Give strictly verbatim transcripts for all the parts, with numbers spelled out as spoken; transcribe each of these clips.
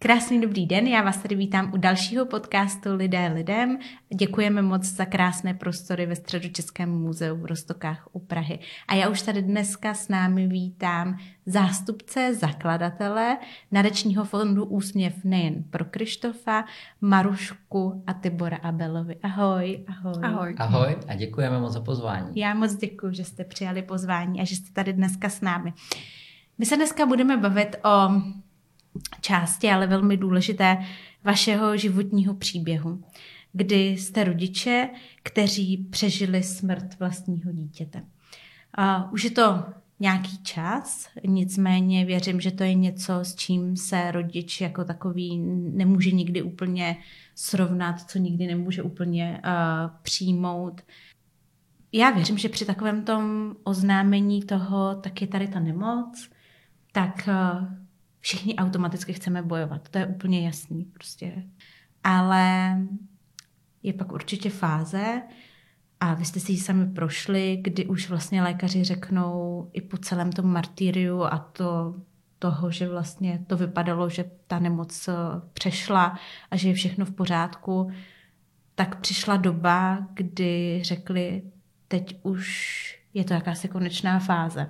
Krásný dobrý den, já vás tady vítám u dalšího podcastu Lidé lidem. Děkujeme moc za krásné prostory ve Středočeském muzeu v Roztokách u Prahy. A já už tady dneska s námi vítám zástupce zakladatele Nadačního fondu Úsměv nejen pro Krištofa, Marušku a Tibora Abelovi. Ahoj, ahoj. Ahoj. Ahoj a děkujeme moc za pozvání. Já moc děkuji, že jste přijali pozvání a že jste tady dneska s námi. My se dneska budeme bavit o části, ale velmi důležité, vašeho životního příběhu, kdy jste rodiče, kteří přežili smrt vlastního dítěte. Uh, už je to nějaký čas, nicméně věřím, že to je něco, s čím se rodič jako takový nemůže nikdy úplně srovnat, co nikdy nemůže úplně uh, přijmout. Já věřím, že při takovém tom oznámení toho, tak je tady ta nemoc, tak uh, všichni automaticky chceme bojovat. To je úplně jasný prostě. Ale je pak určitě fáze, a vy jste si ji sami prošli, kdy už vlastně lékaři řeknou i po celém tom martyriu a to, toho, že vlastně to vypadalo, že ta nemoc přešla a že je všechno v pořádku, tak přišla doba, kdy řekli, teď už je to jakási konečná fáze.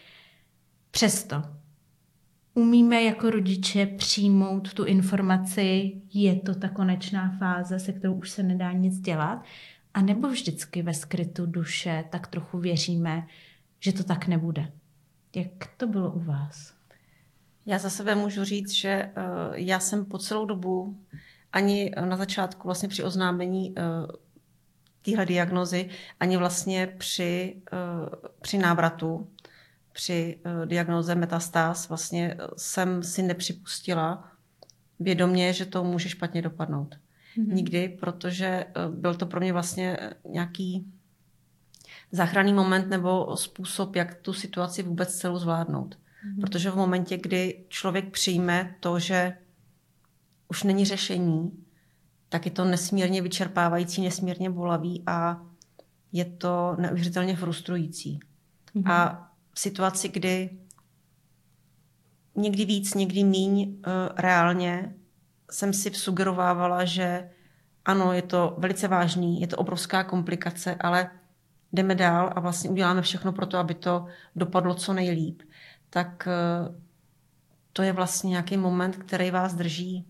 Přesto umíme jako rodiče přijmout tu informaci, je to ta konečná fáze, se kterou už se nedá nic dělat, a nebo vždycky ve skrytu duše tak trochu věříme, že to tak nebude. Jak to bylo u vás? Já za sebe můžu říct, že uh, já jsem po celou dobu, ani na začátku vlastně při oznámení uh, téhle diagnozy, ani vlastně při, uh, při návratu, při uh, diagnoze metastáz vlastně jsem si nepřipustila vědomě, že to může špatně dopadnout. Mm-hmm. Nikdy, protože uh, byl to pro mě vlastně nějaký záchranný moment nebo způsob, jak tu situaci vůbec celou zvládnout. Mm-hmm. Protože v momentě, kdy člověk přijme to, že už není řešení, tak je to nesmírně vyčerpávající, nesmírně bolavý a je to neuvěřitelně frustrující. Mm-hmm. A v situaci, kdy někdy víc, někdy míň uh, reálně jsem si sugerovávala, že ano, je to velice vážný, je to obrovská komplikace, ale jdeme dál a vlastně uděláme všechno pro to, aby to dopadlo co nejlíp. Tak uh, to je vlastně nějaký moment, který vás drží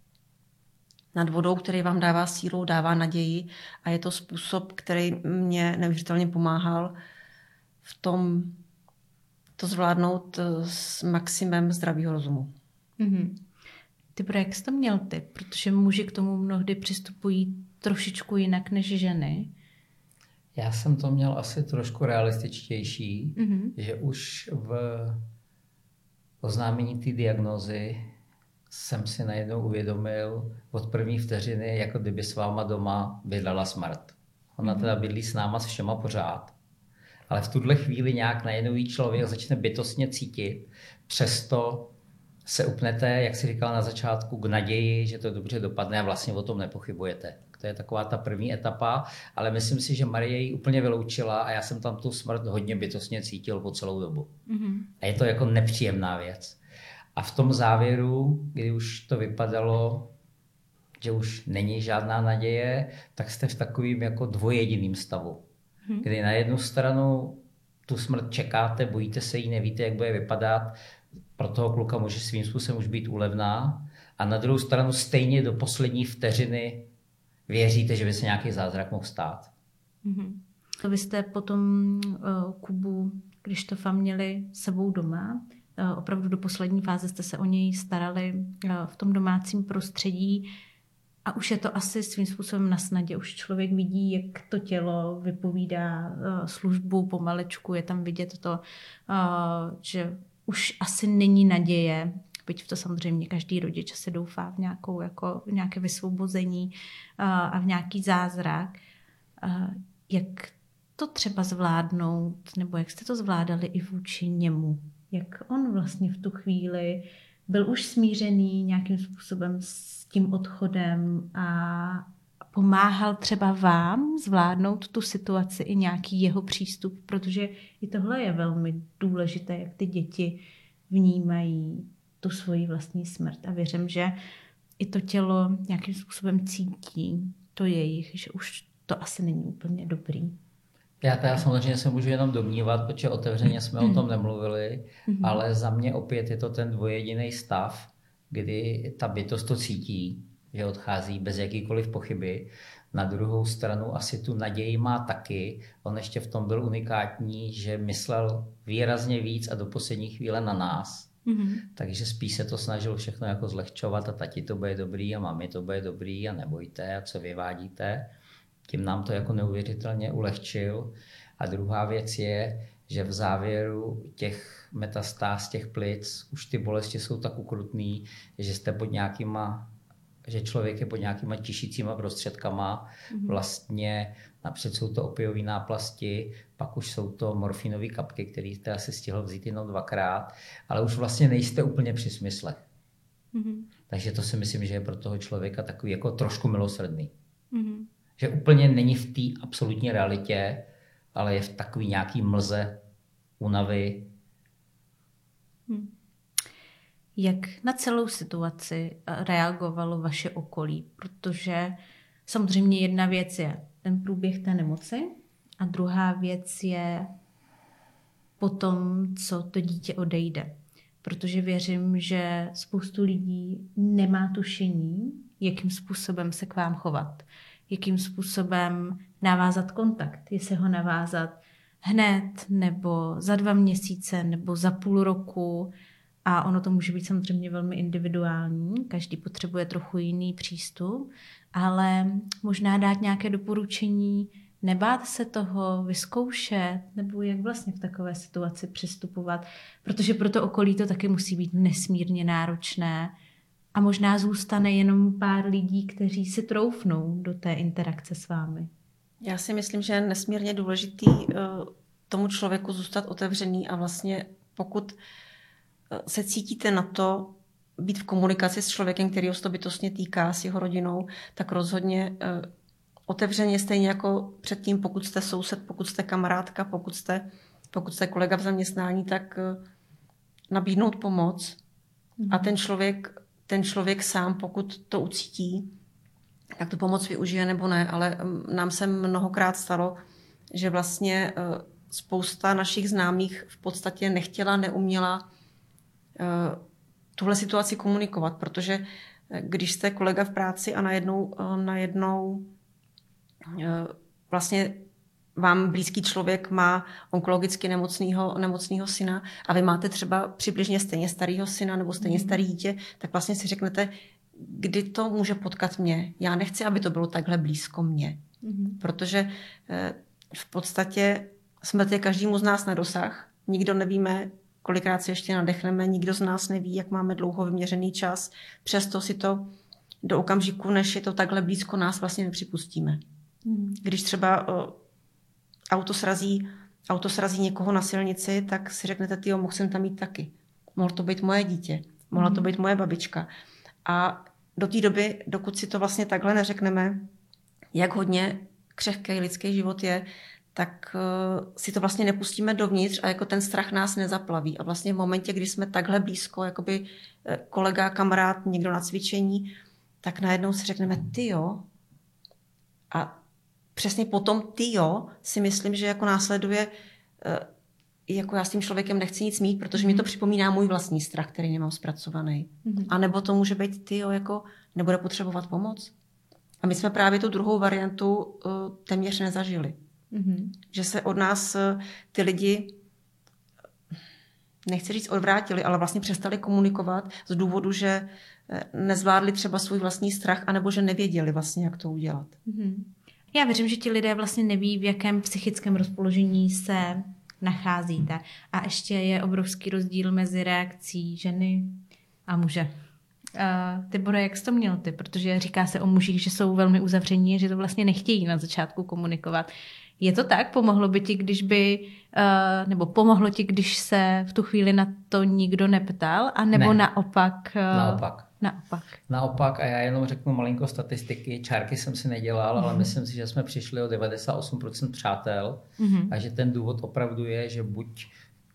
nad vodou, který vám dává sílu, dává naději a je to způsob, který mě neuvěřitelně pomáhal v tom to zvládnout s maximem zdravého rozumu. Mm-hmm. Ty, jak jsi to měl ty? Protože muži k tomu mnohdy přistupují trošičku jinak než ženy. Já jsem to měl asi trošku realističtější, mm-hmm. že už v oznámení té diagnózy jsem si najednou uvědomil od první vteřiny, jako kdyby s váma doma bydlela smrt. Ona mm-hmm. teda bydlí s náma s všema pořád. Ale v tuhle chvíli nějak najednou člověk začne bytostně cítit, přesto se upnete, jak si říkal na začátku, k naději, že to dobře dopadne a vlastně o tom nepochybujete. To je taková ta první etapa, ale myslím si, že Marie ji úplně vyloučila a já jsem tam tu smrt hodně bytostně cítil po celou dobu. Mm-hmm. A je to jako nepříjemná věc. A v tom závěru, kdy už to vypadalo, že už není žádná naděje, tak jste v takovým jako dvojediným stavu. Kdy na jednu stranu tu smrt čekáte, bojíte se jí, nevíte, jak bude vypadat, pro toho kluka může svým způsobem už být úlevná, a na druhou stranu stejně do poslední vteřiny věříte, že by se nějaký zázrak mohl stát. Mm-hmm. Vy jste potom uh, Kubu Krištofa měli sebou doma. Uh, opravdu do poslední fáze jste se o něj starali uh, v tom domácím prostředí. A už je to asi svým způsobem na snadě. Už člověk vidí, jak to tělo vypovídá uh, službu pomalečku. Je tam vidět to, uh, že už asi není naděje. Byť v to samozřejmě každý rodič se doufá v, nějakou, jako, v nějaké vysvobození uh, a v nějaký zázrak. Uh, jak to třeba zvládnout, nebo jak jste to zvládali i vůči němu? Jak on vlastně v tu chvíli byl už smířený nějakým způsobem s tím odchodem a pomáhal třeba vám zvládnout tu situaci i nějaký jeho přístup, protože i tohle je velmi důležité, jak ty děti vnímají tu svoji vlastní smrt. A věřím, že i to tělo nějakým způsobem cítí to jejich, že už to asi není úplně dobrý. Já teda samozřejmě se můžu jenom domnívat, protože otevřeně jsme o tom nemluvili, mm-hmm. ale za mě opět je to ten dvojjediný stav, kdy ta bytost to cítí, že odchází bez jakýkoliv pochyby. Na druhou stranu asi tu naději má taky. On ještě v tom byl unikátní, že myslel výrazně víc a do poslední chvíle na nás. Mm-hmm. Takže spíš se to snažil všechno jako zlehčovat a tati to bude dobrý a mami to bude dobrý a nebojte a co vyvádíte. Tím nám to jako neuvěřitelně ulehčil. A druhá věc je, že v závěru těch metastáz, těch plic, už ty bolesti jsou tak ukrutný, že jste pod nějakýma, že člověk je pod nějakýma tišícíma prostředkama. Mm-hmm. Vlastně napřed jsou to opiový náplasti, pak už jsou to morfinové kapky, které jste asi stihl vzít jenom dvakrát, ale už vlastně nejste úplně při smyslech. Mm-hmm. Takže to si myslím, že je pro toho člověka takový jako trošku milosrdný. Mm-hmm. Že úplně není v té absolutní realitě, ale je v takový nějaký mlze, únavy. Hmm. Jak na celou situaci reagovalo vaše okolí? Protože samozřejmě jedna věc je ten průběh té nemoci a druhá věc je potom, co to dítě odejde. Protože věřím, že spoustu lidí nemá tušení, jakým způsobem se k vám chovat. Jakým způsobem navázat kontakt. Jestli ho navázat hned, nebo za dva měsíce, nebo za půl roku. A ono to může být samozřejmě velmi individuální. Každý potřebuje trochu jiný přístup. Ale možná dát nějaké doporučení, nebát se toho, vyzkoušet, nebo jak vlastně v takové situaci přistupovat. Protože pro to okolí to taky musí být nesmírně náročné. A možná zůstane jenom pár lidí, kteří si troufnou do té interakce s vámi. Já si myslím, že je nesmírně důležitý tomu člověku zůstat otevřený a vlastně pokud se cítíte na to být v komunikaci s člověkem, který se to bytostně týká, s jeho rodinou, tak rozhodně otevřeně stejně jako předtím, pokud jste soused, pokud jste kamarádka, pokud jste, pokud jste kolega v zaměstnání, tak nabídnout pomoc a ten člověk ten člověk sám, pokud to ucítí, tak tu pomoc využije nebo ne, ale nám se mnohokrát stalo, že vlastně spousta našich známých v podstatě nechtěla, neuměla tuhle situaci komunikovat, protože když jste kolega v práci a najednou, najednou vlastně vám blízký člověk má onkologicky nemocného, nemocného syna a vy máte třeba přibližně stejně starého syna nebo stejně mm. starý dítě, tak vlastně si řeknete, kdy to může potkat mě. Já nechci, aby to bylo takhle blízko mě. Mm. Protože v podstatě smrt každému z nás na dosah. Nikdo nevíme, kolikrát se ještě nadechneme, nikdo z nás neví, jak máme dlouho vyměřený čas. Přesto si to do okamžiku, než je to takhle blízko nás, vlastně nepřipustíme. Mm. Když třeba Auto srazí, auto srazí někoho na silnici, tak si řeknete, tyjo, mohl jsem tam mít taky. Mohlo to být moje dítě, mohla to být moje babička. A do té doby, dokud si to vlastně takhle neřekneme, jak hodně křehký lidský život je, tak uh, si to vlastně nepustíme dovnitř a jako ten strach nás nezaplaví. A vlastně v momentě, kdy jsme takhle blízko, jakoby kolega, kamarád, někdo na cvičení, tak najednou si řekneme, tyjo, a přesně potom ty jo, si myslím, že jako následuje, jako já s tím člověkem nechci nic mít, protože mi to připomíná můj vlastní strach, který nemám zpracovaný. Mm-hmm. A nebo to může být ty jo, jako nebude potřebovat pomoc. A my jsme právě tu druhou variantu uh, téměř nezažili. Mm-hmm. Že se od nás uh, ty lidi, nechci říct odvrátili, ale vlastně přestali komunikovat z důvodu, že uh, nezvládli třeba svůj vlastní strach, anebo že nevěděli vlastně, jak to udělat. Mm-hmm. Já věřím, že ti lidé vlastně neví, v jakém psychickém rozpoložení se nacházíte. A ještě je obrovský rozdíl mezi reakcí ženy a muže. Uh, Tibore, jak jsi to měl ty? Protože říká se o mužích, že jsou velmi uzavření a že to vlastně nechtějí na začátku komunikovat. Je to tak? Pomohlo by ti, když by, uh, nebo pomohlo ti, když se v tu chvíli na to nikdo neptal? A nebo ne. naopak? Uh, naopak. Naopak. Naopak, a já jenom řeknu malinko statistiky, čárky jsem si nedělal, mm-hmm. ale myslím si, že jsme přišli o devadesát osm procent přátel mm-hmm. a že ten důvod opravdu je, že buď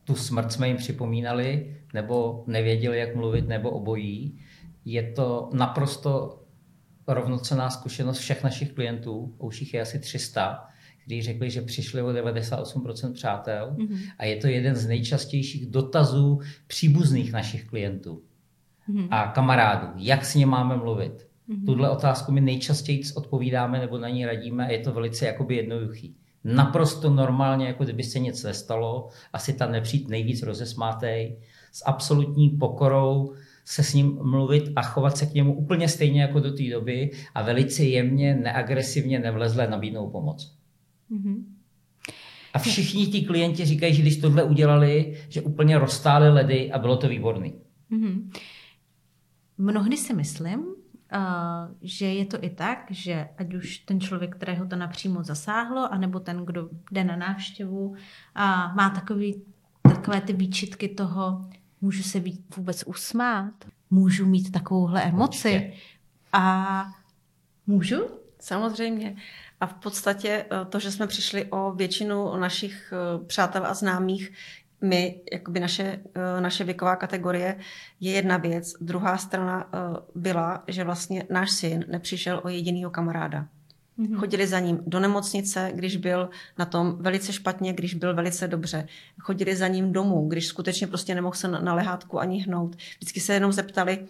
tu smrt jsme jim připomínali, nebo nevěděli, jak mluvit, nebo obojí. Je to naprosto rovnocenná zkušenost všech našich klientů, už jich je asi tři sta, kteří řekli, že přišli o devadesát osm procent přátel mm-hmm. a je to jeden z nejčastějších dotazů příbuzných našich klientů mm-hmm. a kamarádů, jak s ním máme mluvit. Mm-hmm. Tuhle otázku my nejčastěji odpovídáme nebo na ní radíme a je to velice jakoby jednoduchý. Naprosto normálně, jako kdyby se nic nestalo, asi tam nepřijít nejvíc rozesmátej, s absolutní pokorou se s ním mluvit a chovat se k němu úplně stejně jako do té doby a velice jemně, neagresivně, nevlezle nabídnou pomoc. Mm-hmm. A všichni ti klienti říkají, že když tohle udělali, že úplně roztáli ledy a bylo to výborný. Mm-hmm. Mnohdy si myslím, Uh, že je to i tak, že ať už ten člověk, kterého to napřímo zasáhlo, anebo ten, kdo jde na návštěvu a má takový, takové ty výčitky toho, můžu se vůbec usmát, můžu mít takovouhle emoci. Určitě. A můžu? Samozřejmě. A v podstatě to, že jsme přišli o většinu našich přátel a známých, my, jakoby naše, naše věková kategorie je jedna věc. Druhá strana byla, že vlastně náš syn nepřišel o jedinýho kamaráda. Mm-hmm. Chodili za ním do nemocnice, když byl na tom velice špatně, když byl velice dobře. Chodili za ním domů, když skutečně prostě nemohl se na lehátku ani hnout. Vždycky se jenom zeptali,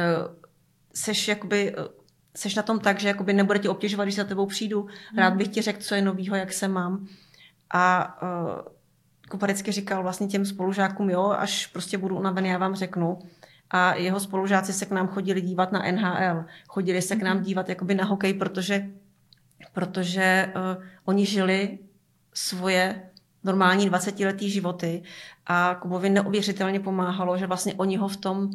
seš jakoby... Seš na tom tak, že jakoby nebude tě obtěžovat, když za tebou přijdu. Rád bych ti řekl, co je novýho, jak se mám. A uh, Kuparecky říkal vlastně těm spolužákům, jo, až prostě budu unavený, já vám řeknu. A jeho spolužáci se k nám chodili dívat na N H L. Chodili se k nám dívat jakoby na hokej, protože, protože uh, oni žili svoje normální dvacetiletý životy a Kubovi neuvěřitelně pomáhalo, že vlastně oni ho v tom,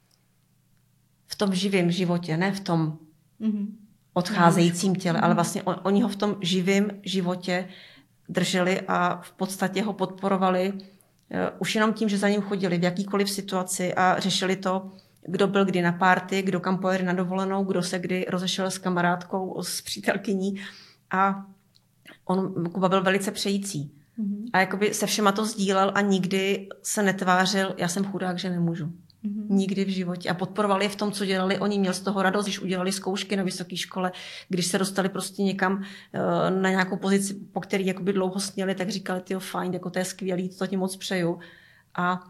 v tom živém životě, ne v tom mm-hmm. odcházejícím těle, mm-hmm. ale vlastně on, oni ho v tom živém životě drželi a v podstatě ho podporovali uh, už jenom tím, že za ním chodili v jakýkoliv situaci a řešili to, kdo byl kdy na párty, kdo kam pojede na dovolenou, kdo se kdy rozešel s kamarádkou, s přítelkyní a on, Kuba byl velice přející. Mm-hmm. A jakoby se všema to sdílel a nikdy se netvářil, já jsem chudák, že nemůžu. Mm-hmm. Nikdy v životě. A podporovali je v tom, co dělali. Oni měl z toho radost, když udělali zkoušky na vysoké škole, když se dostali prostě někam na nějakou pozici, po který jakoby dlouho sněli, tak říkali, tyjo, fajn, jako to je skvělý, to ti moc přeju. A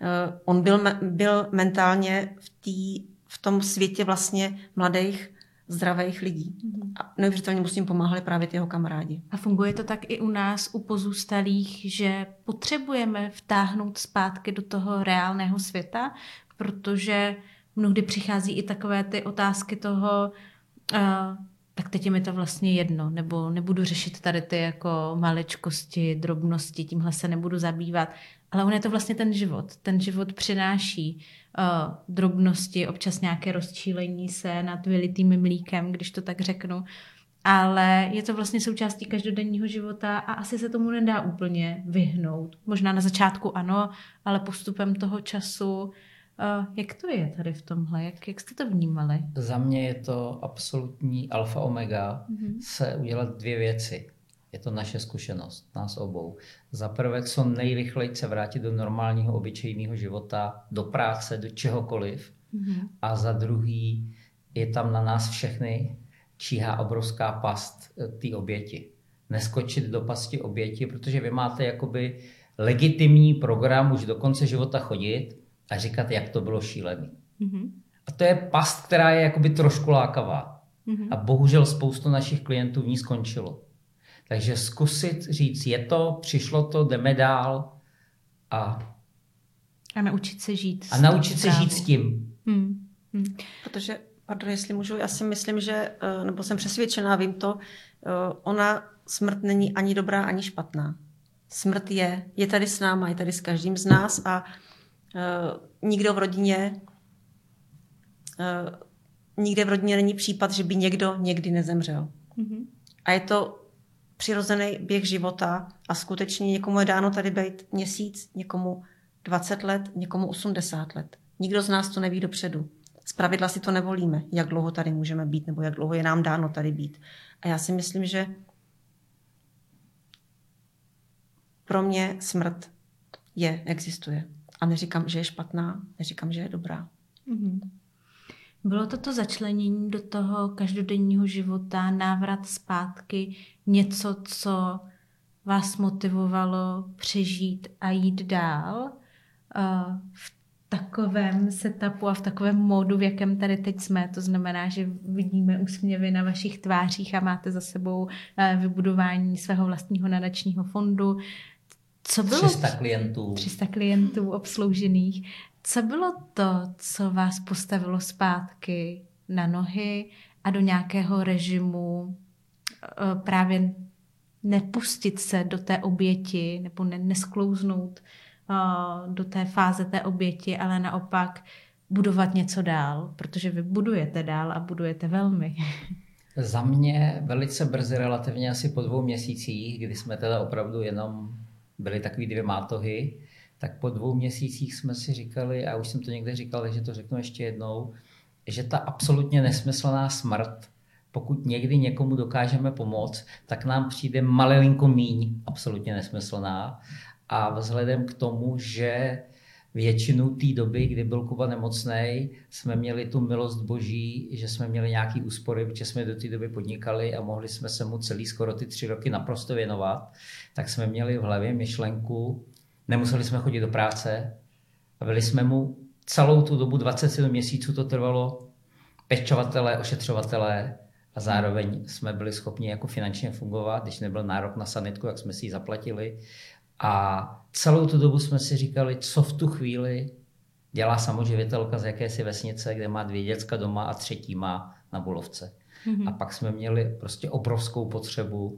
on byl, byl mentálně v, tý, v tom světě vlastně mladých, zdravých lidí. Mm-hmm. A neuvěřitelně mu s tím pomáhali právě ty jeho kamarádi. A funguje to tak i u nás, u pozůstalých, že potřebujeme vtáhnout zpátky do toho reálného světa, protože mnohdy přichází i takové ty otázky toho, uh, tak teď je mi to vlastně jedno, nebo nebudu řešit tady ty jako maličkosti, drobnosti, tímhle se nebudu zabývat. Ale on je to vlastně ten život. Ten život přináší uh, drobnosti, občas nějaké rozčílení se nad vylitým mlíkem, když to tak řeknu. Ale je to vlastně součástí každodenního života a asi se tomu nedá úplně vyhnout. Možná na začátku ano, ale postupem toho času. Uh, jak to je tady v tomhle? Jak, jak jste to vnímali? Za mě je to absolutní alfa omega mm-hmm. se udělat dvě věci. Je to naše zkušenost, nás obou. Za prvé, co nejrychleji se vrátit do normálního, obyčejného života, do práce, do čehokoliv. Mm-hmm. A za druhý, je tam na nás všechny číhá obrovská past té oběti. Neskočit do pasti oběti, protože vy máte jakoby legitimní program už do konce života chodit a říkat, jak to bylo šílený. Mm-hmm. A to je past, která je jakoby trošku lákavá. Mm-hmm. A bohužel spoustu našich klientů v ní skončilo. Takže zkusit říct, je to, přišlo to, jdeme dál a... A naučit se žít. A naučit se žít s tím. Hmm. Hmm. Protože, pardon, jestli můžu, já si myslím, že, nebo jsem přesvědčená, vím to, ona, smrt není ani dobrá, ani špatná. Smrt je, je tady s náma, je tady s každým z nás a uh, nikdo v rodině, uh, nikde v rodině není případ, že by někdo někdy nezemřel. Mm-hmm. A je to přirozený běh života a skutečně někomu je dáno tady být měsíc, někomu dvacet let, někomu osmdesát let. Nikdo z nás to neví dopředu. Zpravidla si to nevolíme, jak dlouho tady můžeme být, nebo jak dlouho je nám dáno tady být. A já si myslím, že pro mě smrt je, existuje. A neříkám, že je špatná, neříkám, že je dobrá. Mm-hmm. Bylo toto začlenění do toho každodenního života, návrat zpátky, něco, co vás motivovalo přežít a jít dál v takovém setupu a v takovém módu, v jakém tady teď jsme. To znamená, že vidíme úsměvy na vašich tvářích a máte za sebou vybudování svého vlastního nadačního fondu. Co bylo? tři sta klientů. tři sta klientů obsloužených. Co bylo to, co vás postavilo zpátky na nohy a do nějakého režimu právě nepustit se do té oběti nebo nesklouznout do té fáze té oběti, ale naopak budovat něco dál, protože vy budujete dál a budujete velmi. Za mě velice brzy, relativně asi po dvou měsících, kdy jsme teda opravdu jenom byli takový dvě mátohy, tak po dvou měsících jsme si říkali, a už jsem to někde říkal, takže to řeknu ještě jednou, že ta absolutně nesmyslná smrt, pokud někdy někomu dokážeme pomoct, tak nám přijde malinko míň absolutně nesmyslná. A vzhledem k tomu, že většinu té doby, kdy byl Kuba nemocnej, jsme měli tu milost boží, že jsme měli nějaký úspory, protože jsme do té doby podnikali a mohli jsme se mu celý skoro ty tři roky naprosto věnovat, tak jsme měli v hlavě myšlenku, nemuseli jsme chodit do práce a byli jsme mu celou tu dobu, dvacet sedm měsíců to trvalo, pečovatelé, ošetřovatelé, a zároveň jsme byli schopni jako finančně fungovat, když nebyl nárok na sanitku, jak jsme si ji zaplatili. A celou tu dobu jsme si říkali, co v tu chvíli dělá samoživitelka z jakési vesnice, kde má dvě děcka doma a třetí má na Bulovce. Mm-hmm. A pak jsme měli prostě obrovskou potřebu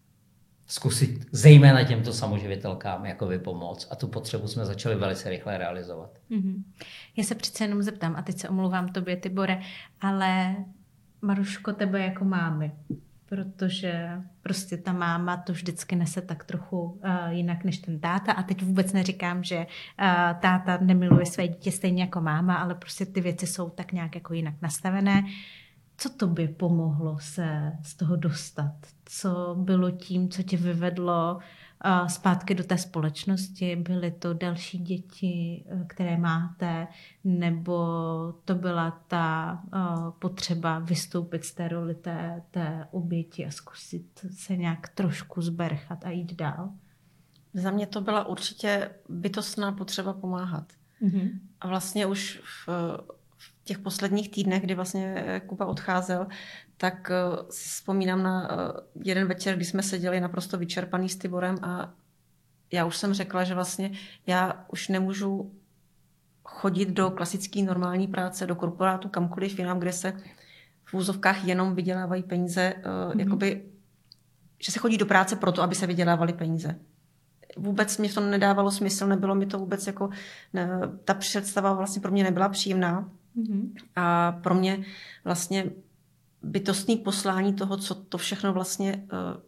zkusit zejména těmto samoživitelkám jako vypomoct. A tu potřebu jsme začali velice rychle realizovat. Mm-hmm. Já se přece jenom zeptám, a teď se omlouvám tobě, Tibore, ale Maruško, tebe jako mámy, protože prostě ta máma to vždycky nese tak trochu uh, jinak než ten táta a teď vůbec neříkám, že uh, táta nemiluje své dítě stejně jako máma, ale prostě ty věci jsou tak nějak jako jinak nastavené. Co tobě pomohlo se z toho dostat? Co bylo tím, co tě vyvedlo uh, zpátky do té společnosti? Byly to další děti, které máte, nebo to byla ta uh, potřeba vystoupit z té roli té, té oběti a zkusit se nějak trošku zberchat a jít dál? Za mě to byla určitě bytostná potřeba pomáhat. Mm-hmm. A vlastně už v v těch posledních týdnech, kdy vlastně Kuba odcházel, tak si vzpomínám na jeden večer, kdy jsme seděli naprosto vyčerpaný s Tiborem a já už jsem řekla, že vlastně já už nemůžu chodit do klasické normální práce, do korporátu, kamkoliv jinam, kde se v úzovkách jenom vydělávají peníze, mm-hmm. jakoby, že se chodí do práce proto, aby se vydělávaly peníze. Vůbec mě to nedávalo smysl, nebylo mi to vůbec jako, ne, ta představa vlastně pro mě nebyla příjemná. Mm-hmm. A pro mě vlastně bytostné poslání toho, co to všechno vlastně uh,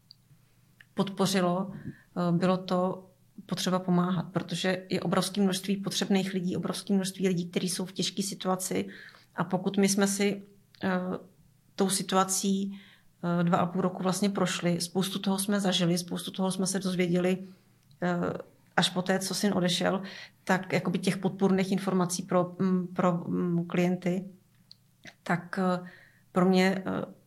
podpořilo, uh, bylo to potřeba pomáhat, protože je obrovské množství potřebných lidí, obrovské množství lidí, kteří jsou v těžké situaci a pokud my jsme si uh, tou situací uh, dva a půl roku vlastně prošli, spoustu toho jsme zažili, spoustu toho jsme se dozvěděli uh, až po té, co syn odešel, tak jakoby těch podpůrných informací pro, pro klienty, tak pro mě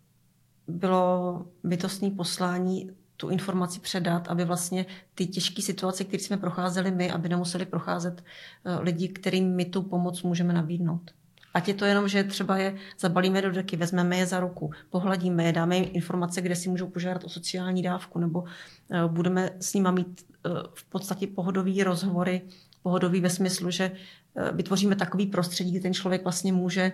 bylo bytostné poslání tu informaci předat, aby vlastně ty těžké situace, které jsme procházeli my, aby nemuseli procházet lidi, kterým my tu pomoc můžeme nabídnout. Ať je to jenom, že třeba je zabalíme do deky, vezmeme je za ruku, pohladíme je, dáme jim informace, kde si můžou požádat o sociální dávku, nebo budeme s nima mít v podstatě pohodový rozhovory, pohodový ve smyslu, že vytvoříme takový prostředí, kde ten člověk vlastně může,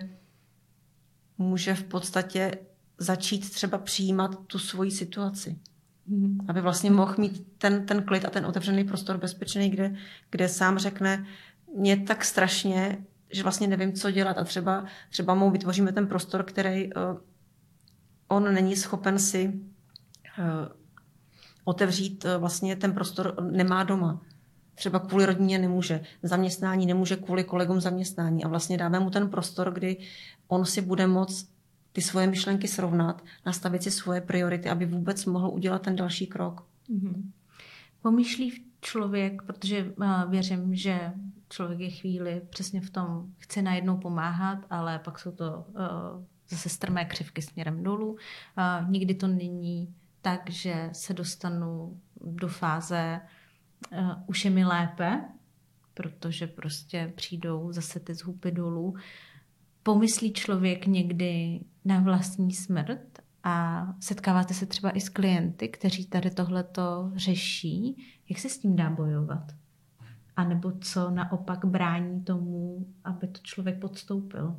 může v podstatě začít třeba přijímat tu svoji situaci. Mm. Aby vlastně mohl mít ten, ten klid a ten otevřený prostor bezpečný, kde, kde sám řekne, mě tak strašně, že vlastně nevím, co dělat a třeba, třeba mu vytvoříme ten prostor, který uh, on není schopen si uh, otevřít, uh, vlastně ten prostor nemá doma. Třeba kvůli rodině nemůže, zaměstnání nemůže kvůli kolegům zaměstnání a vlastně dáme mu ten prostor, kdy on si bude moct ty svoje myšlenky srovnat, nastavit si svoje priority, aby vůbec mohl udělat ten další krok. Mm-hmm. Pomýšlí člověk, protože věřím, že člověk je chvíli přesně v tom, chce najednou pomáhat, ale pak jsou to zase strmé křivky směrem dolů. Nikdy to není tak, že se dostanu do fáze už je mi lépe, protože prostě přijdou zase ty zhupy dolů. Pomyslí člověk někdy na vlastní smrt a setkáváte se třeba i s klienty, kteří tady tohleto řeší. Jak se s tím dá bojovat? A nebo co naopak brání tomu, aby to člověk podstoupil?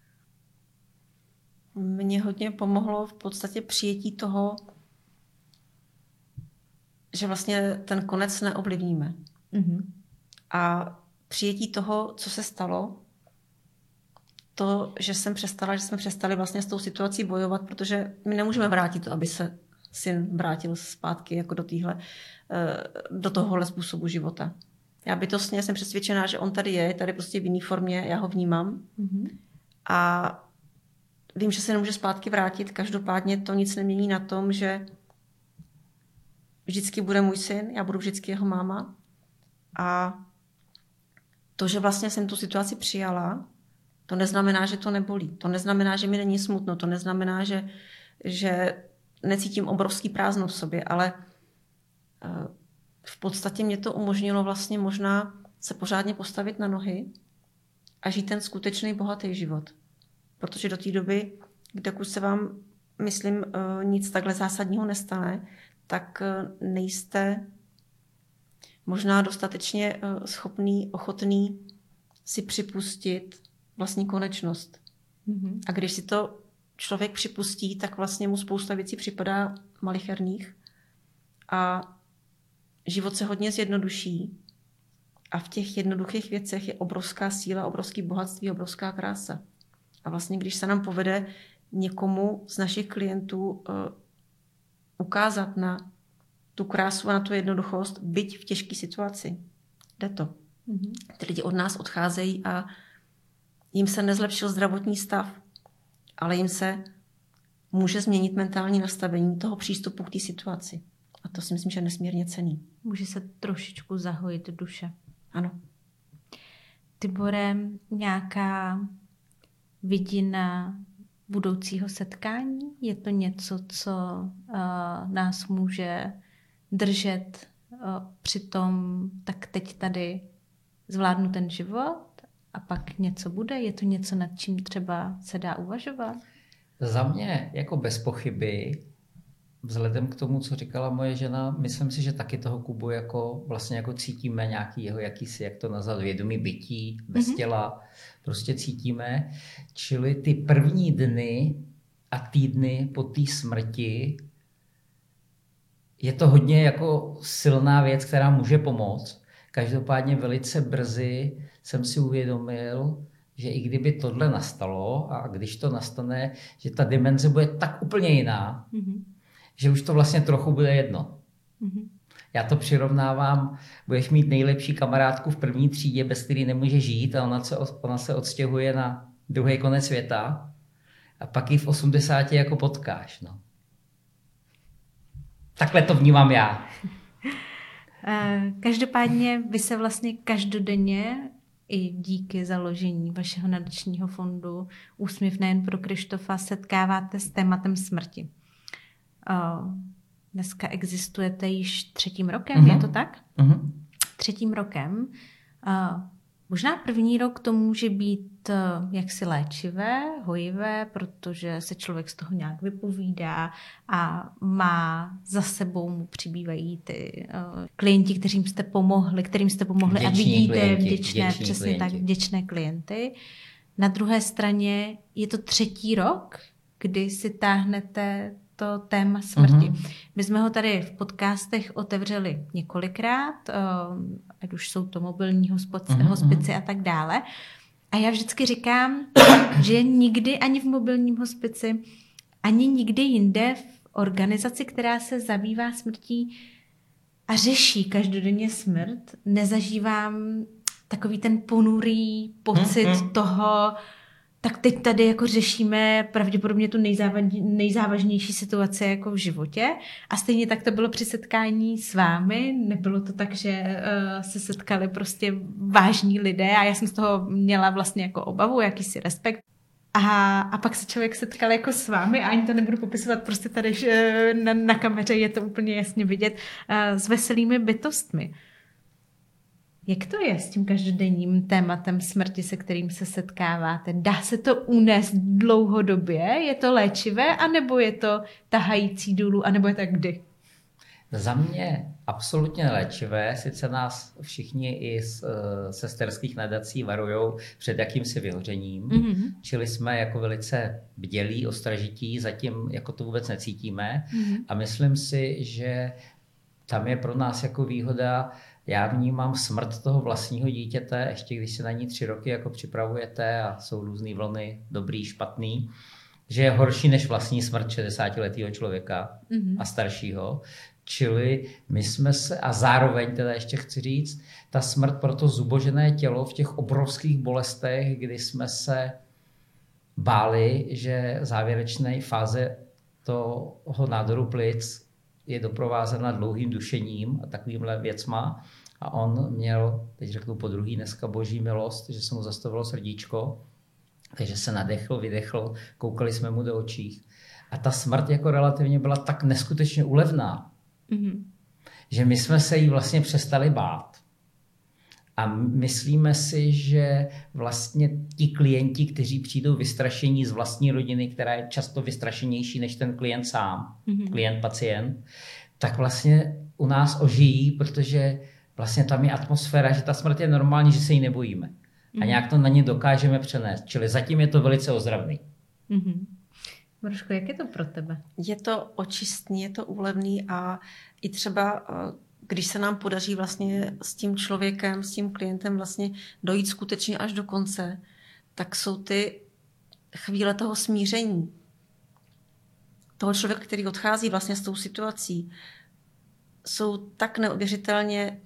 Mně hodně pomohlo v podstatě přijetí toho, že vlastně ten konec neovlivníme. Mm-hmm. A přijetí toho, co se stalo, to, že jsem přestala, že jsme přestali vlastně s tou situací bojovat, protože my nemůžeme vrátit to, aby se syn vrátil zpátky jako do týhle, do tohohle způsobu života. Já bytostně jsem přesvědčená, že on tady je, tady prostě v jiné formě, já ho vnímám. Mm-hmm. A vím, že se nemůže zpátky vrátit, každopádně to nic nemění na tom, že vždycky bude můj syn, já budu vždycky jeho máma. A to, že vlastně jsem tu situaci přijala, to neznamená, že to nebolí. To neznamená, že mi není smutno. To neznamená, že, že necítím obrovský prázdno v sobě, ale v podstatě mě to umožnilo vlastně možná se pořádně postavit na nohy a žít ten skutečný bohatý život. Protože do té doby, dokud se vám, myslím, nic takhle zásadního nestane, tak nejste možná dostatečně schopný, ochotný si připustit vlastní konečnost. Mm-hmm. A když si to člověk připustí, tak vlastně mu spousta věcí připadá malicherných a život se hodně zjednoduší a v těch jednoduchých věcech je obrovská síla, obrovský bohatství, obrovská krása. A vlastně, když se nám povede někomu z našich klientů uh, ukázat na tu krásu a na tu jednoduchost, byť v těžké situaci, jde to. Mm-hmm. Ty lidi od nás odcházejí a jim se nezlepšil zdravotní stav, ale jim se může změnit mentální nastavení toho přístupu k té situaci. A to si myslím, že je nesmírně cenný. Může se trošičku zahojit duše. Ano. Tibore, nějaká vidina budoucího setkání? Je to něco, co uh, nás může držet uh, při tom, tak teď tady zvládnu ten život a pak něco bude? Je to něco, nad čím třeba se dá uvažovat? Za mě jako bez pochyby, vzhledem k tomu, co říkala moje žena, myslím si, že taky toho Kubu jako vlastně jako cítíme nějaký jeho jakýsi, jak to nazvat, vědomí bytí, bez mm-hmm. těla, prostě cítíme. Čili ty první dny a týdny po té smrti je to hodně jako silná věc, která může pomoct. Každopádně velice brzy jsem si uvědomil, že i kdyby tohle nastalo a když to nastane, že ta dimenze bude tak úplně jiná, mm-hmm. že už to vlastně trochu bude jedno. Mm-hmm. Já to přirovnávám, budeš mít nejlepší kamarádku v první třídě, bez který nemůže žít a ona se, ona se odstěhuje na druhý konec světa a pak ji v osmdesáti jako potkáš. No. Takhle to vnímám já. Každopádně vy se vlastně každodenně i díky založení vašeho nadačního fondu Úsměv nejen pro Krištofa setkáváte s tématem smrti. Dneska existujete již třetím rokem, uh-huh. je to tak? Uh-huh. Třetím rokem. Možná první rok to může být jaksi léčivé, hojivé, protože se člověk z toho nějak vypovídá a má za sebou, mu přibývají ty uh, klienti, kterým jste pomohli, kterým jste pomohli vděční a vidíte klienti, vděčné, vděční přesně klienti. tak, vděčné klienty. Na druhé straně je to třetí rok, kdy si táhnete to téma smrti. Uh-huh. My jsme ho tady v podcastech otevřeli několikrát, uh, ať už jsou to mobilní hospice, uh-huh. hospici a tak dále. A já vždycky říkám, že nikdy ani v mobilním hospici, ani nikdy jinde v organizaci, která se zabývá smrtí a řeší každodenně smrt, nezažívám takový ten ponurý pocit uh-huh. toho, tak teď tady jako řešíme pravděpodobně tu nejzávaž- nejzávažnější situaci jako v životě a stejně tak to bylo při setkání s vámi, nebylo to tak, že uh, se setkali prostě vážní lidé a já jsem z toho měla vlastně jako obavu, jakýsi respekt. A, a pak se člověk setkal jako s vámi a ani to nebudu popisovat prostě tady že na, na kameře, je to úplně jasně vidět, uh, s veselými bytostmi. Jak to je s tím každodenním tématem smrti, se kterým se setkáváte? Dá se to unést dlouhodobě? Je to léčivé? Anebo je to tahající důlu? Anebo je to kdy? Za mě absolutně léčivé. Sice nás všichni i z uh, sesterských nadací varujou před jakýmsi vyhořením. Mm-hmm. Čili jsme jako velice bdělí, ostražití, zatím jako to vůbec necítíme. Mm-hmm. A myslím si, že tam je pro nás jako výhoda. Já vnímám smrt toho vlastního dítěte, ještě když se na ní tři roky jako připravujete a jsou různý vlny, dobrý, špatný, že je horší než vlastní smrt šedesátiletého člověka mm-hmm. a staršího. Čili my jsme se, a zároveň teda ještě chci říct, ta smrt pro to zubožené tělo v těch obrovských bolestech, kdy jsme se báli, že závěrečné fáze toho nádoru plic je doprovázena dlouhým dušením a takovýmhle věcma. A on měl, teď řeknu po druhý dneska, boží milost, že se mu zastavilo srdíčko, takže se nadechl, vydechl, koukali jsme mu do očí. A ta smrt jako relativně byla tak neskutečně úlevná, mm-hmm. že my jsme se jí vlastně přestali bát. A myslíme si, že vlastně ti klienti, kteří přijdou vystrašení z vlastní rodiny, která je často vystrašenější než ten klient sám, mm-hmm. klient, pacient, tak vlastně u nás ožijí, protože vlastně tam je atmosféra, že ta smrt je normální, že se jí nebojíme. Mm-hmm. A nějak to na ně dokážeme přenést. Čili zatím je to velice ozdravný. Mm-hmm. Maruško, jak je to pro tebe? Je to očistný, je to úlevný a i třeba když se nám podaří vlastně s tím člověkem, s tím klientem vlastně dojít skutečně až do konce, tak jsou ty chvíle toho smíření. Toho člověka, který odchází vlastně s tou situací, jsou tak neuvěřitelně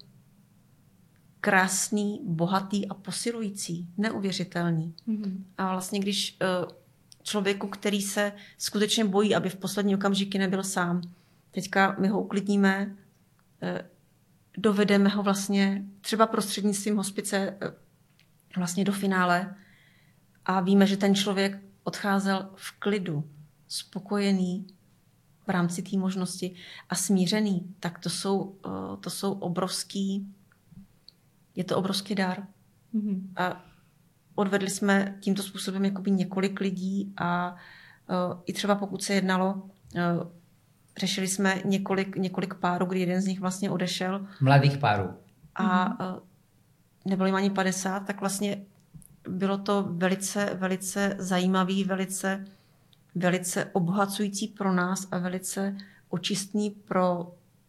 krásný, bohatý a posilující. Neuvěřitelný. Mm-hmm. A vlastně když člověku, který se skutečně bojí, aby v poslední okamžiky nebyl sám, teďka my ho uklidníme, dovedeme ho vlastně třeba prostřednictvím hospice vlastně do finále a víme, že ten člověk odcházel v klidu, spokojený v rámci té možnosti a smířený, tak to jsou, to jsou obrovský, je to obrovský dar. Mm-hmm. A odvedli jsme tímto způsobem jakoby několik lidí a i třeba pokud se jednalo, řešili jsme několik, několik párů, kdy jeden z nich vlastně odešel. Mladých párů. A mm-hmm. nebylo jim ani padesát, tak vlastně bylo to velice, velice zajímavý, velice, velice obohacující pro nás a velice očistný pro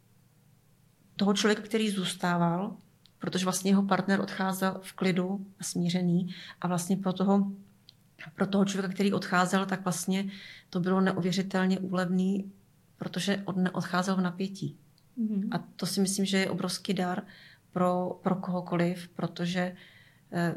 toho člověka, který zůstával, protože vlastně jeho partner odcházel v klidu a smířený a vlastně pro toho, pro toho člověka, který odcházel, tak vlastně to bylo neuvěřitelně úlevný, protože odcházel v napětí. Mm-hmm. A to si myslím, že je obrovský dar pro, pro kohokoliv, protože eh,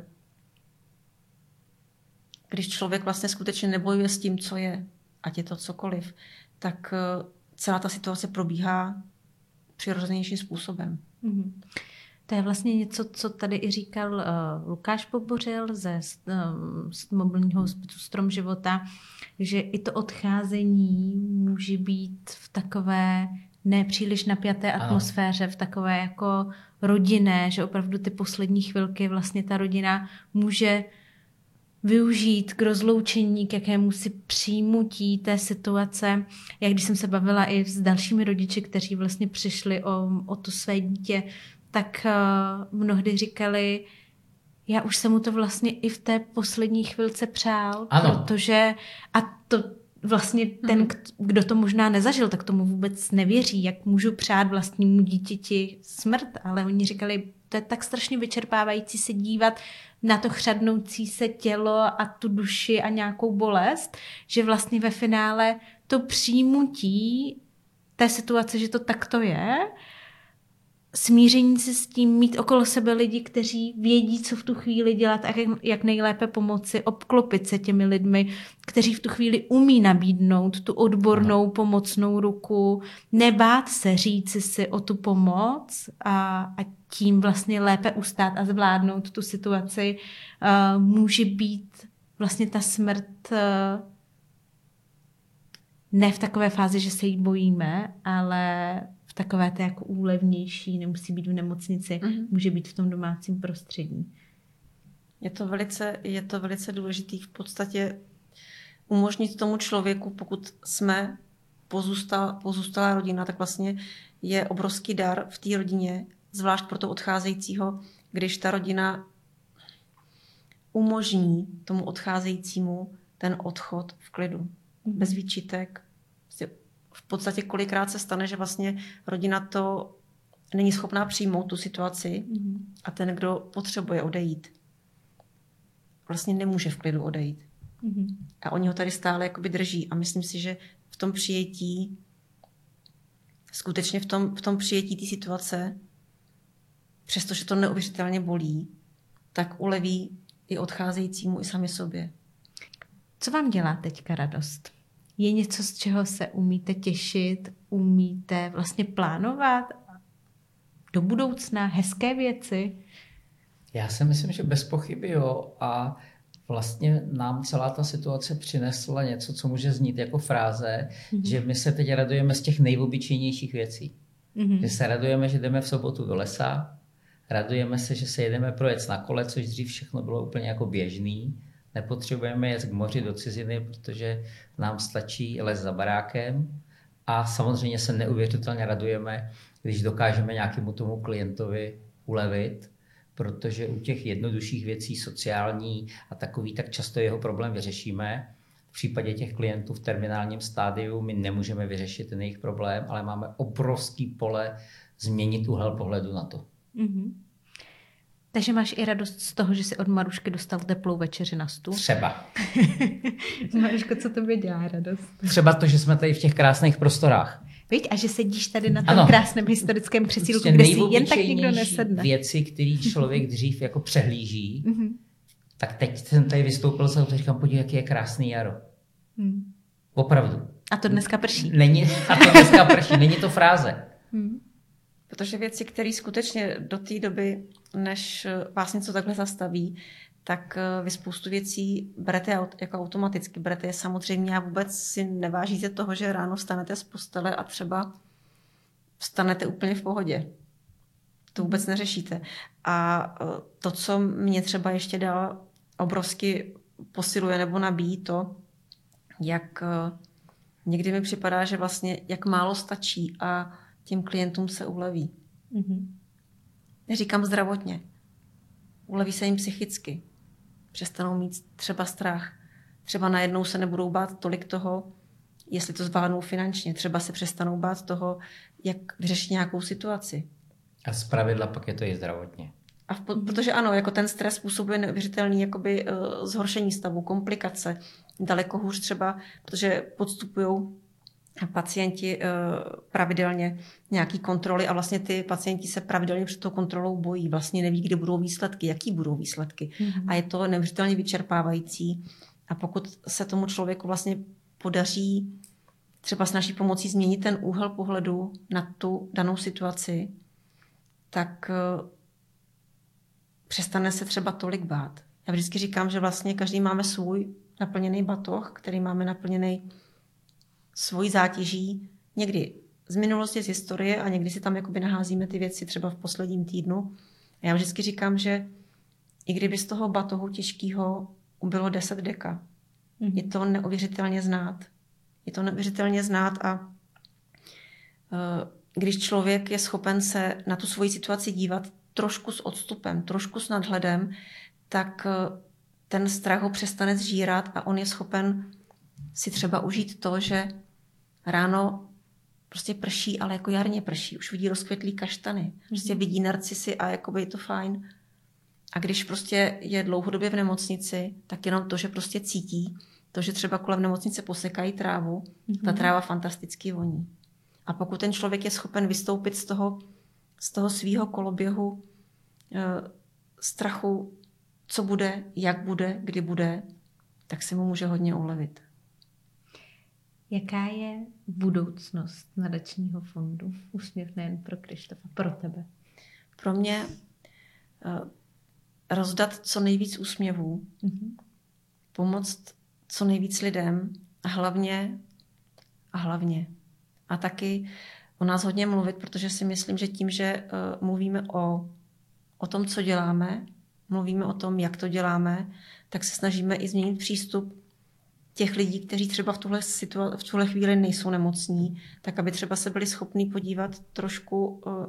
když člověk vlastně skutečně nebojuje s tím, co je, ať je to cokoliv, tak eh, celá ta situace probíhá přirozenějším způsobem. Mm-hmm. To je vlastně něco, co tady i říkal uh, Lukáš Pobořil ze um, z mobilního hospicu Strom života, že i to odcházení může být v takové nepříliš napjaté atmosféře, v takové jako rodinné, že opravdu ty poslední chvilky vlastně ta rodina může využít k rozloučení, k jakému si přijmutí té situace. Jak když jsem se bavila i s dalšími rodiči, kteří vlastně přišli o, o to své dítě, tak uh, mnohdy říkali, já už jsem mu to vlastně i v té poslední chvilce přál, ano. Protože a to vlastně ten, kdo to možná nezažil, tak tomu vůbec nevěří, jak můžu přát vlastnímu dítěti smrt, ale oni říkali, to je tak strašně vyčerpávající se dívat na to chřadnoucí se tělo a tu duši a nějakou bolest, že vlastně ve finále to přijmutí té situace, že to takto je, smíření se s tím, mít okolo sebe lidi, kteří vědí, co v tu chvíli dělat a jak nejlépe pomoci, obklopit se těmi lidmi, kteří v tu chvíli umí nabídnout tu odbornou Aha. pomocnou ruku, nebát se říci si o tu pomoc a, a tím vlastně lépe ustát a zvládnout tu situaci. Uh, může být vlastně ta smrt uh, ne v takové fázi, že se jí bojíme, ale v takové té jako úlevnější, nemusí být v nemocnici, mm-hmm. může být v tom domácím prostředí. Je to velice, je to velice důležitý v podstatě umožnit tomu člověku, pokud jsme pozůstal, pozůstalá rodina, tak vlastně je obrovský dar v té rodině, zvlášť pro toho odcházejícího, když ta rodina umožní tomu odcházejícímu ten odchod v klidu, mm-hmm. bez výčitek. V podstatě kolikrát se stane, že vlastně rodina to není schopná přijmout tu situaci mm-hmm. a ten, kdo potřebuje odejít, vlastně nemůže v klidu odejít. Mm-hmm. A oni ho tady stále jakoby drží. A myslím si, že v tom přijetí, skutečně v tom, v tom přijetí té situace, přestože to neuvěřitelně bolí, tak uleví i odcházejícímu, i sami sobě. Co vám dělá teďka radost? Je něco, z čeho se umíte těšit, umíte vlastně plánovat do budoucna hezké věci? Já si myslím, že bez pochyby jo. A vlastně nám celá ta situace přinesla něco, co může znít jako fráze, mm-hmm. že my se teď radujeme z těch nejobyčejnějších věcí. Mm-hmm. Že se radujeme, že jdeme v sobotu do lesa, radujeme se, že se jedeme projet na kole, což dřív všechno bylo úplně jako běžný. Nepotřebujeme jet k moři do ciziny, protože nám stačí les za barákem. A samozřejmě se neuvěřitelně radujeme, když dokážeme nějakému tomu klientovi ulevit, protože u těch jednodušších věcí sociální a takový, tak často jeho problém vyřešíme. V případě těch klientů v terminálním stádiu my nemůžeme vyřešit ten jejich problém, ale máme obrovský pole změnit úhel pohledu na to. Mm-hmm. Takže máš i radost z toho, že jsi od Marušky dostal teplou večeři na stůl? Třeba. Maruško, co tobě dělá radost? Třeba to, že jsme tady v těch krásných prostorách. Víš, a že sedíš tady na tom ano. krásném historickém křesílku, prostě kde si jen tak nikdo nesedne. Věci, které člověk dřív jako přehlíží, mm-hmm. tak teď jsem tady vystoupil za to, říkám, podívej, jaký je krásný jaro. Mm. Opravdu. A to dneska prší. Není, a to dneska prší, není to fráze. Mm. Protože věci, které skutečně do té doby, než vás něco takhle zastaví, tak vy spoustu věcí berete jako automaticky. Berete je samozřejmě a vůbec si nevážíte toho, že ráno vstanete z postele a třeba vstanete úplně v pohodě. To vůbec neřešíte. A to, co mě třeba ještě dál obrovsky posiluje nebo nabíjí to, jak někdy mi připadá, že vlastně jak málo stačí a těm klientům se uleví. Mm-hmm. Neříkám zdravotně. Uleví se jim psychicky. Přestanou mít třeba strach. Třeba najednou se nebudou bát tolik toho, jestli to zvládnou finančně. Třeba se přestanou bát toho, jak vyřešit nějakou situaci. A zpravidla pak je to i zdravotně. A v, protože ano, jako ten stres způsobuje neuvěřitelný jakoby, uh, zhoršení stavu, komplikace. Daleko hůř třeba, protože podstupují pacienti uh, pravidelně nějaký kontroly a vlastně ty pacienti se pravidelně před tou kontrolou bojí. Vlastně neví, kdy budou výsledky, jaký budou výsledky. Mm-hmm. A je to neuvěřitelně vyčerpávající. A pokud se tomu člověku vlastně podaří třeba s naší pomocí změnit ten úhel pohledu na tu danou situaci, tak uh, přestane se třeba tolik bát. Já vždycky říkám, že vlastně každý máme svůj naplněný batoh, který máme naplněný svojí zátěží, někdy z minulosti, z historie a někdy si tam jakoby naházíme ty věci třeba v posledním týdnu. A já vždycky říkám, že i kdyby z toho batohu těžkého ubylo deset deka, mm-hmm. je to neuvěřitelně znát. Je to neuvěřitelně znát a uh, když člověk je schopen se na tu svoji situaci dívat trošku s odstupem, trošku s nadhledem, tak uh, ten strach ho přestane zžírat a on je schopen si třeba užít to, že ráno prostě prší, ale jako jarně prší. Už vidí rozkvětlý kaštany. Prostě vidí narcisy a jakoby je to fajn. A když prostě je dlouhodobě v nemocnici, tak jenom to, že prostě cítí, to, že třeba kolem nemocnice posekají trávu, mm-hmm. ta tráva fantasticky voní. A pokud ten člověk je schopen vystoupit z toho z toho svýho koloběhu strachu, co bude, jak bude, kdy bude, tak se mu může hodně ulevit. Jaká je budoucnost nadačního fondu Úsměv nejen pro Krištofa, pro tebe? Pro mě rozdat co nejvíc úsměvů, mm-hmm. pomoct co nejvíc lidem a hlavně a hlavně a taky o nás hodně mluvit, protože si myslím, že tím, že uh, mluvíme o, o tom, co děláme, mluvíme o tom, jak to děláme, tak se snažíme i změnit přístup těch lidí, kteří třeba v tuhle, situa- v tuhle chvíli nejsou nemocní, tak aby třeba se byli schopní podívat trošku uh,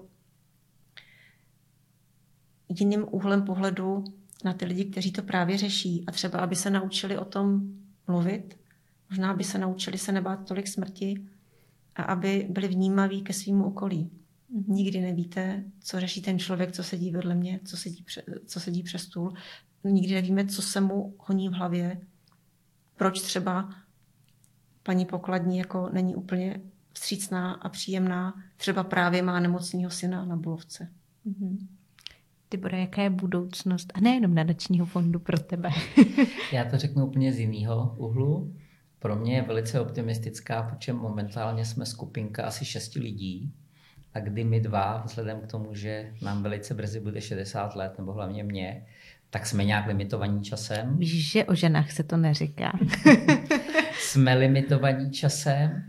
jiným úhlem pohledu na ty lidi, kteří to právě řeší a třeba, aby se naučili o tom mluvit, možná aby se naučili se nebát tolik smrti a aby byli vnímaví ke svýmu okolí. Nikdy nevíte, co řeší ten člověk, co sedí vedle mě, co sedí, pře- co sedí přes stůl. Nikdy nevíme, co se mu honí v hlavě, proč třeba paní pokladní jako není úplně vstřícná a příjemná, třeba právě má nemocného syna na Bulovce. Mm-hmm. Tibore, jaká je budoucnost, a nejenom nadačního fondu pro tebe? Já to řeknu úplně z jiného úhlu. Pro mě je velice optimistická, protože momentálně jsme skupinka asi šesti lidí a kdy my dva, vzhledem k tomu, že nám velice brzy bude šedesát let, nebo hlavně mě, tak jsme nějak limitovaní časem. Víš, že o ženách se to neříká. Jsme limitovaní časem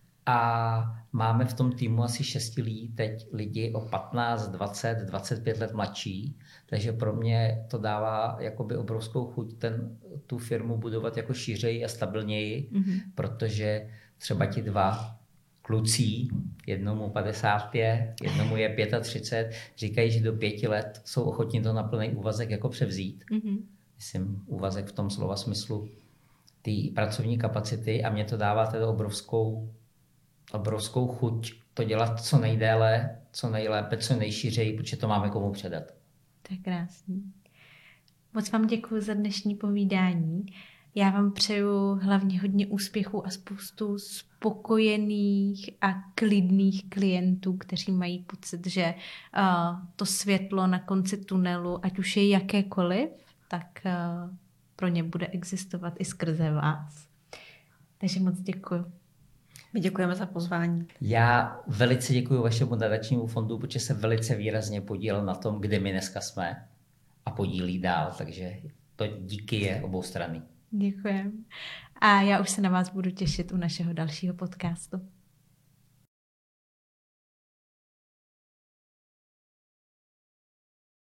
a máme v tom týmu asi šesti lidí, teď lidi o patnáct, dvacet, dvacet pět let mladší, takže pro mě to dává jakoby obrovskou chuť ten, tu firmu budovat jako šířeji a stabilněji, mm-hmm. protože třeba ti dva kluci, jednomu padesát pět, jednomu je třicet pět, říkají, že do pěti let jsou ochotní to na plný úvazek jako převzít. Mm-hmm. Myslím, úvazek v tom slova smyslu té pracovní kapacity a mě to dává teda obrovskou obrovskou chuť to dělat co nejdéle, co nejlépe, co nejšířeji, protože to máme komu předat. To je krásný. Moc vám děkuji za dnešní povídání. Já vám přeju hlavně hodně úspěchů a spoustu spokojených a klidných klientů, kteří mají pocit, že uh, to světlo na konci tunelu, ať už je jakékoliv, tak uh, pro ně bude existovat i skrze vás. Takže moc děkuji. My děkujeme za pozvání. Já velice děkuji vašemu nadačnímu fondu, protože se velice výrazně podílel na tom, kde my dneska jsme a podílí dál, takže to díky je obou strany. Děkujeme. A já už se na vás budu těšit u našeho dalšího podcastu.